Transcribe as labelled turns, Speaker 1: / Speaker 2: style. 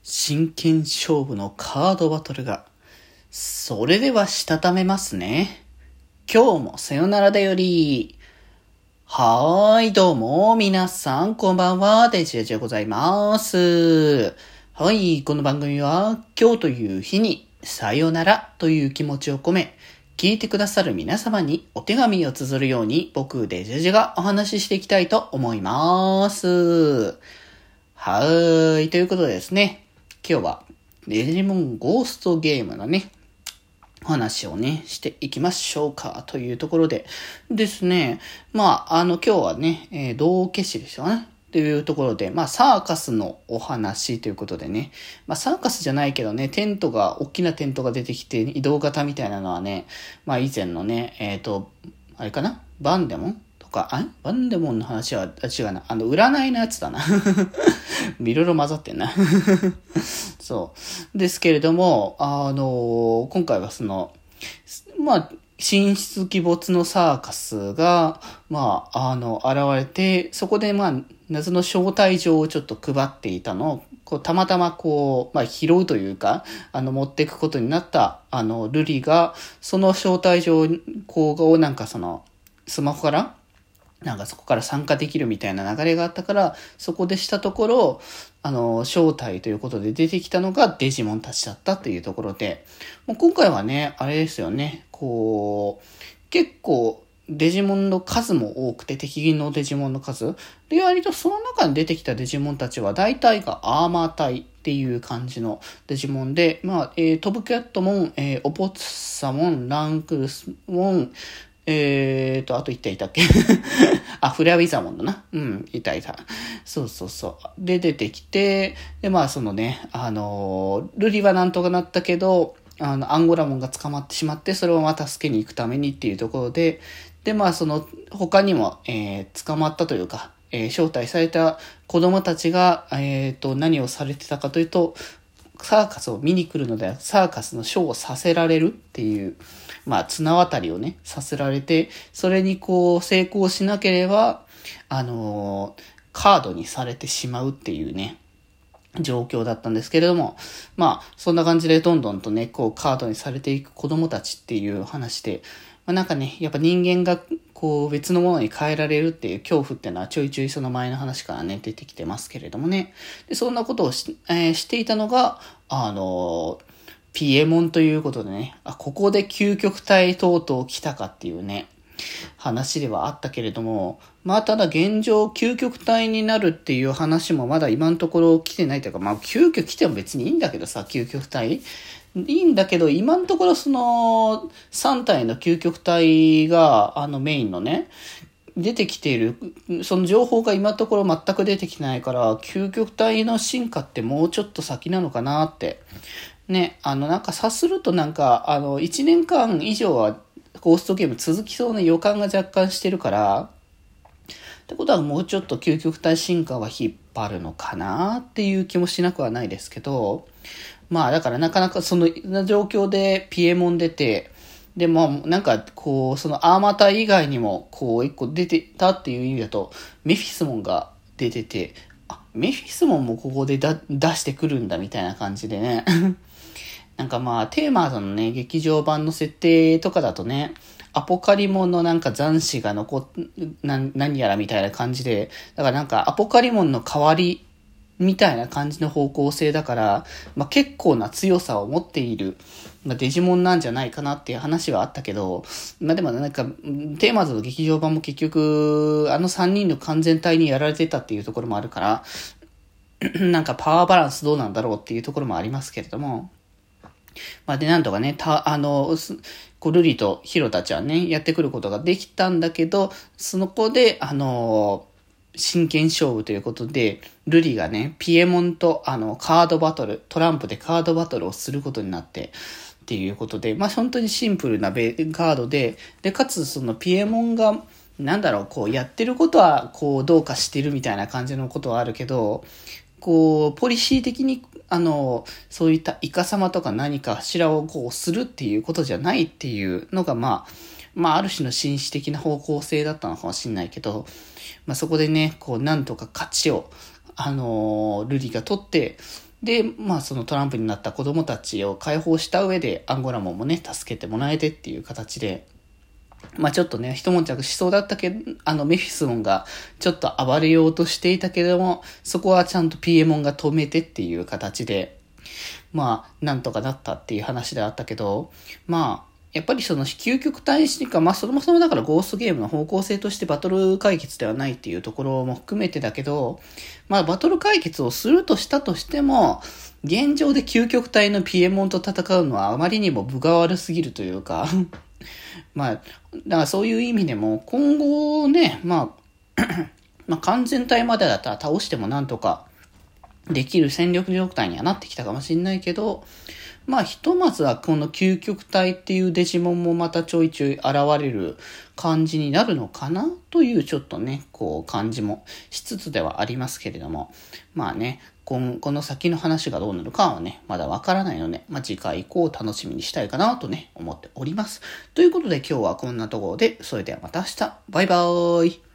Speaker 1: 真剣勝負のカードバトルが。それではしたためますね。今日もさよならだより。どうも、皆さん、こんばんは、デジェジでございます。この番組は、今日という日に、さよならという気持ちを込め、聞いてくださる皆様にお手紙を綴るように、僕、デジェジがお話ししていきたいと思います。ということでですね、今日は、デジモンゴーストゲームのね、お話をね、していきましょうか、というところでですね、今日はね、道化師ですよね。というところで、サーカスのお話ということでね、サーカスじゃないけどね、大きなテントが出てきて移動型みたいなのはね、以前のね、あれかなバンデモンとか、バンデモンの話は、違うな。占いのやつだな。いろいろ混ざってんな。そう。ですけれども、今回は神出鬼没のサーカスが、現れて、そこで謎の招待状をちょっと配っていたのを、たまたま拾うというか、持っていくことになった、ルリが、その招待状を、スマホから、そこから参加できるみたいな流れがあったから、そこでしたところ、招待ということで出てきたのがデジモンたちだったというところで、もう今回はね、あれですよね、結構、デジモンの数も多くて、敵のデジモンの数。で、割とその中に出てきたデジモンたちは、大体がアーマー隊っていう感じのデジモンで、トブキャットモン、オポッサモン、ランクルスモン、あといたっけフレアウィザモンだな。いた。そう。で、出てきて、で、ルリはなんとかなったけど、アンゴラモンが捕まってしまって、それを助けに行くためにっていうところで、で、他にも、捕まったというか、招待された子供たちが、何をされてたかというと、サーカスを見に来るので、サーカスのショーをさせられるっていう、綱渡りをね、させられて、それに成功しなければ、カードにされてしまうっていうね、状況だったんですけれども、そんな感じでどんどんとね、カードにされていく子供たちっていう話で、やっぱ人間が別のものに変えられるっていう恐怖っていうのはちょいちょいその前の話からね、出てきてますけれどもね。で、そんなことをしていたのが、ピエモンということでね、ここで究極体とうとう来たかっていうね、話ではあったけれども、ただ現状究極体になるっていう話もまだ今のところ来てないというか、究極来ても別にいいんだけどさ、究極体いいんだけど、今のところ3体の究極体がメインのね、出てきている、その情報が今のところ全く出てきてないから、究極体の進化ってもうちょっと先なのかなって。ね、察すると1年間以上はゴーストゲーム続きそうな予感が若干してるから、ってことはもうちょっと究極体進化は引っ張るのかなっていう気もしなくはないですけど、だからなかなかその状況でピエモン出て、でそのアーマー隊以外にも一個出てたっていう意味だと、メフィスモンが出てて、メフィスモンもここで出してくるんだみたいな感じでね。テーマーズのね、劇場版の設定とかだとね、アポカリモンの残滓が何やらみたいな感じで、だからアポカリモンの代わりみたいな感じの方向性だから、結構な強さを持っている、デジモンなんじゃないかなっていう話はあったけど、でもテーマーズの劇場版も結局、3人の完全体にやられてたっていうところもあるから、パワーバランスどうなんだろうっていうところもありますけれども、で、なんとかね、ルリとヒロたちはね、やってくることができたんだけど、その子で、真剣勝負ということで、ルリがね、ピエモンとカードバトル、トランプでカードバトルをすることになって、っていうことで、本当にシンプルなカードで、かつそのピエモンが、やってることは、どうかしてるみたいな感じのことはあるけど、ポリシー的に、そういったイカ様とか何かしらをするっていうことじゃないっていうのが、ある種の紳士的な方向性だったのかもしれないけど、そこでね、なんとか勝ちを、ルリが取って、 で、まあそのトランプになった子供たちを解放した上でアンゴラモンもね、助けてもらえてっていう形で、まあちょっとね、一悶着しそうだったけど、メフィスモンがちょっと暴れようとしていたけども、そこはちゃんとピエモンが止めてっていう形で、まあなんとかなったっていう話であったけど、まあ、やっぱりその究極体しか、まあそもそもだからゴーストゲームの方向性としてバトル解決ではないっていうところも含めてだけど、まあバトル解決をするとしたとしても、現状で究極体のピエモンと戦うのはあまりにも分が悪すぎるというか、まあ、だからそういう意味でも今後ね、まあ完全体までだったら倒してもなんとかできる戦力状態にはなってきたかもしれないけど、まあひとまずはこの究極体っていうデジモンもまたちょいちょい現れる感じになるのかなというちょっとね、こう感じもしつつではありますけれども、まあね、この先の話がどうなるかはね、まだわからないので、まあ次回以降を楽しみにしたいかなとね、思っております。ということで今日はこんなところで、それではまた明日、バイバーイ。